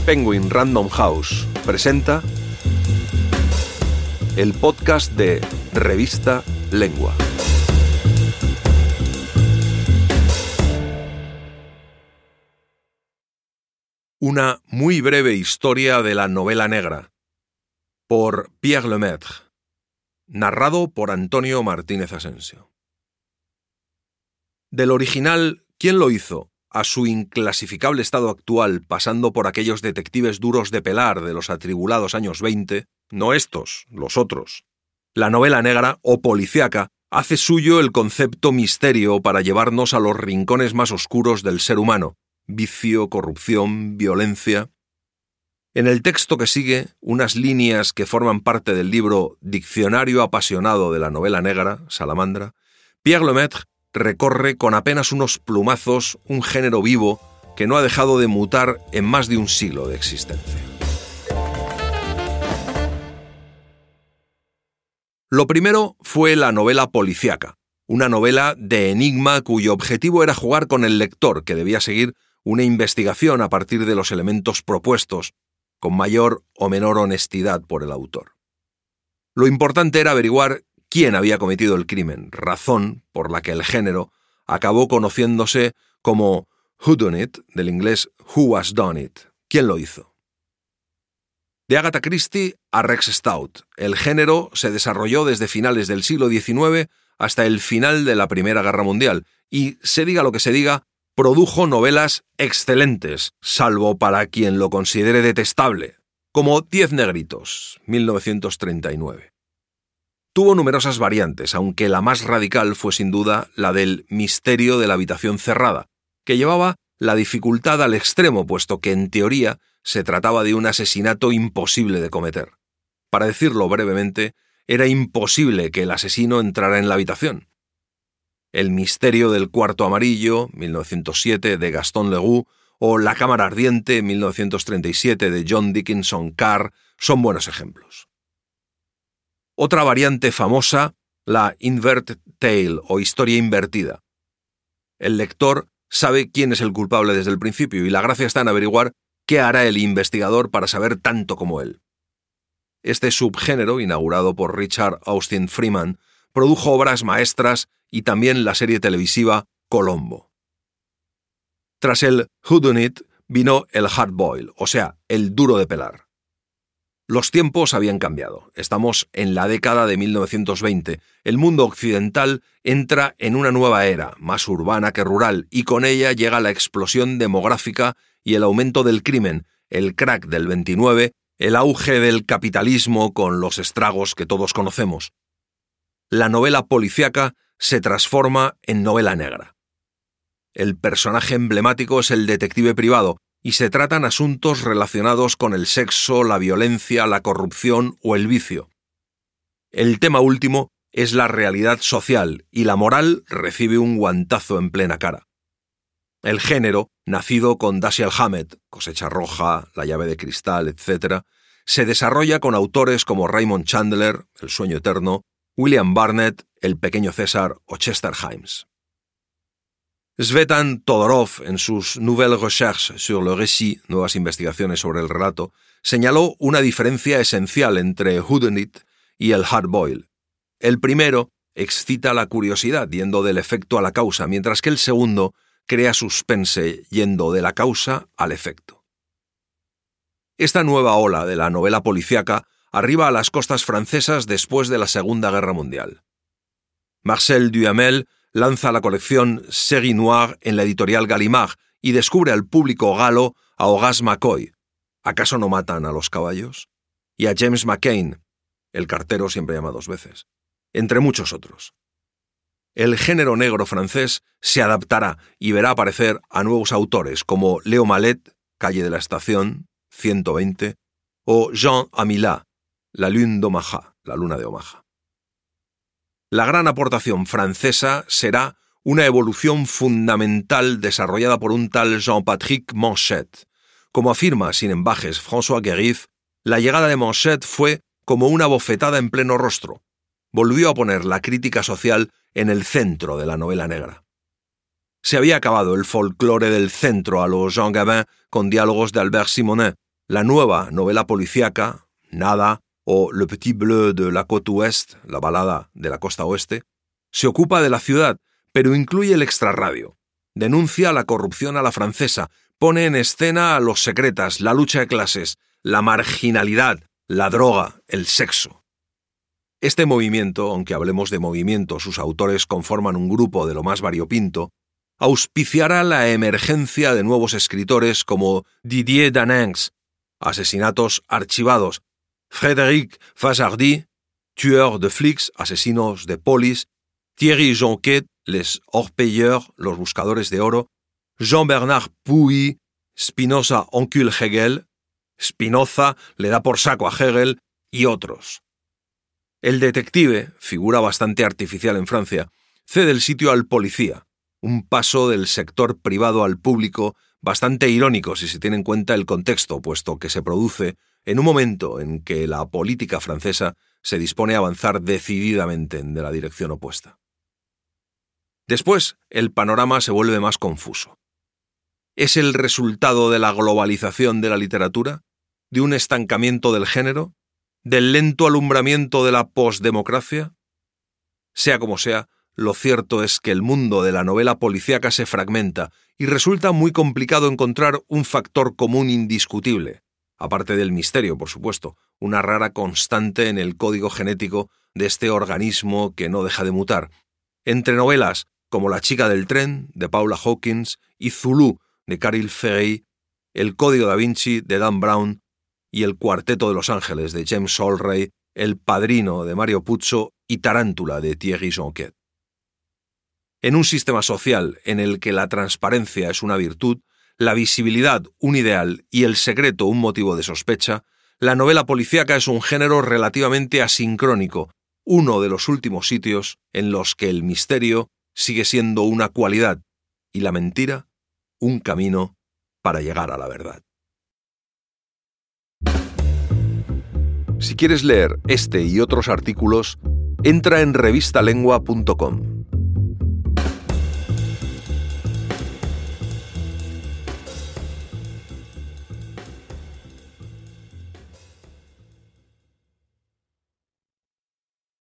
Penguin Random House presenta el podcast de Revista Lengua. Una muy breve historia de la novela negra, por Pierre Lemaitre, narrado por Antonio Martínez Asensio. Del original ¿Quién lo hizo?, a su inclasificable estado actual, pasando por aquellos detectives duros de pelar de los atribulados años 20, no estos, los otros. La novela negra, o policíaca, hace suyo el concepto misterio para llevarnos a los rincones más oscuros del ser humano: vicio, corrupción, violencia. En el texto que sigue, unas líneas que forman parte del libro Diccionario apasionado de la novela negra, Salamandra, Pierre Lemaitre recorre con apenas unos plumazos un género vivo que no ha dejado de mutar en más de un siglo de existencia. Lo primero fue la novela policíaca, una novela de enigma cuyo objetivo era jugar con el lector, que debía seguir una investigación a partir de los elementos propuestos, con mayor o menor honestidad por el autor. Lo importante era averiguar quién había cometido el crimen, razón por la que el género acabó conociéndose como whodunit, del inglés who was done it, quién lo hizo. De Agatha Christie a Rex Stout, el género se desarrolló desde finales del siglo XIX hasta el final de la Primera Guerra Mundial y, se diga lo que se diga, produjo novelas excelentes, salvo para quien lo considere detestable, como 10 negritos, 1939. Tuvo numerosas variantes, aunque la más radical fue sin duda la del misterio de la habitación cerrada, que llevaba la dificultad al extremo, puesto que en teoría se trataba de un asesinato imposible de cometer. Para decirlo brevemente, era imposible que el asesino entrara en la habitación. El misterio del cuarto amarillo, 1907, de Gaston Leroux, o La cámara ardiente, 1937, de John Dickinson Carr, son buenos ejemplos. Otra variante famosa, la inverted tale o historia invertida. El lector sabe quién es el culpable desde el principio y la gracia está en averiguar qué hará el investigador para saber tanto como él. Este subgénero, inaugurado por Richard Austin Freeman, produjo obras maestras y también la serie televisiva Colombo. Tras el whodunit vino el hard boiled, o sea, el duro de pelar. Los tiempos habían cambiado. Estamos en la década de 1920. El mundo occidental entra en una nueva era, más urbana que rural, y con ella llega la explosión demográfica y el aumento del crimen, el crack del 29, el auge del capitalismo con los estragos que todos conocemos. La novela policíaca se transforma en novela negra. El personaje emblemático es el detective privado, y se tratan asuntos relacionados con el sexo, la violencia, la corrupción o el vicio. El tema último es la realidad social y la moral recibe un guantazo en plena cara. El género, nacido con Dashiell Hammett, Cosecha Roja, La llave de cristal, etc., se desarrolla con autores como Raymond Chandler, El sueño eterno, William Barnett, El pequeño César o Chester Himes. Svetan Todorov, en sus Nouvelles Recherches sur le récit, nuevas investigaciones sobre el relato, señaló una diferencia esencial entre whodunit y el hard boiled. El primero excita la curiosidad yendo del efecto a la causa, mientras que el segundo crea suspense yendo de la causa al efecto. Esta nueva ola de la novela policíaca arriba a las costas francesas después de la Segunda Guerra Mundial. Marcel Duhamel lanza la colección Série Noire en la editorial Gallimard y descubre al público galo a Horace McCoy, ¿acaso no matan a los caballos?, y a James McCain, el cartero siempre llama 2 veces, entre muchos otros. El género negro francés se adaptará y verá aparecer a nuevos autores como Léo Malet, Calle de la Estación, 120, o Jean Amilat, La Lune d'Omaha, La luna de Omaha. La gran aportación francesa será una evolución fundamental desarrollada por un tal Jean-Patrick Manchette. Como afirma, sin embajes, François Guérif, la llegada de Manchette fue como una bofetada en pleno rostro. Volvió a poner la crítica social en el centro de la novela negra. Se había acabado el folclore del centro a los Jean Gabin con diálogos de Albert Simonet, La nueva novela policíaca, Nada, o Le Petit Bleu de la Côte Ouest, la balada de la costa oeste, se ocupa de la ciudad, pero incluye el extrarradio. Denuncia la corrupción a la francesa, pone en escena a los secretas, la lucha de clases, la marginalidad, la droga, el sexo. Este movimiento, aunque hablemos de movimiento, sus autores conforman un grupo de lo más variopinto, auspiciará la emergencia de nuevos escritores como Didier Danenx, Asesinatos archivados, Frédéric Fajardy, Tueurs de flics, Asesinos de polis, Thierry Jonquet, Les Orpailleurs, Los buscadores de oro, Jean-Bernard Puy, Spinoza encule Hegel, Spinoza le da por saco a Hegel y otros. El detective, figura bastante artificial en Francia, cede el sitio al policía, un paso del sector privado al público bastante irónico si se tiene en cuenta el contexto, puesto que se produce en un momento en que la política francesa se dispone a avanzar decididamente en la dirección opuesta. Después, el panorama se vuelve más confuso. ¿Es el resultado de la globalización de la literatura? ¿De un estancamiento del género? ¿Del lento alumbramiento de la posdemocracia? Sea como sea, lo cierto es que el mundo de la novela policíaca se fragmenta y resulta muy complicado encontrar un factor común indiscutible, aparte del misterio, por supuesto, una rara constante en el código genético de este organismo que no deja de mutar. Entre novelas como La chica del tren, de Paula Hawkins, y Zulu, de Caril Ferrey, El código da Vinci, de Dan Brown, y El cuarteto de Los Ángeles, de James Solray, El padrino, de Mario Puzo, y Tarántula, de Thierry Jonquet. En un sistema social en el que la transparencia es una virtud, la visibilidad un ideal y el secreto un motivo de sospecha, la novela policíaca es un género relativamente asincrónico, uno de los últimos sitios en los que el misterio sigue siendo una cualidad y la mentira un camino para llegar a la verdad. Si quieres leer este y otros artículos, entra en revistalengua.com.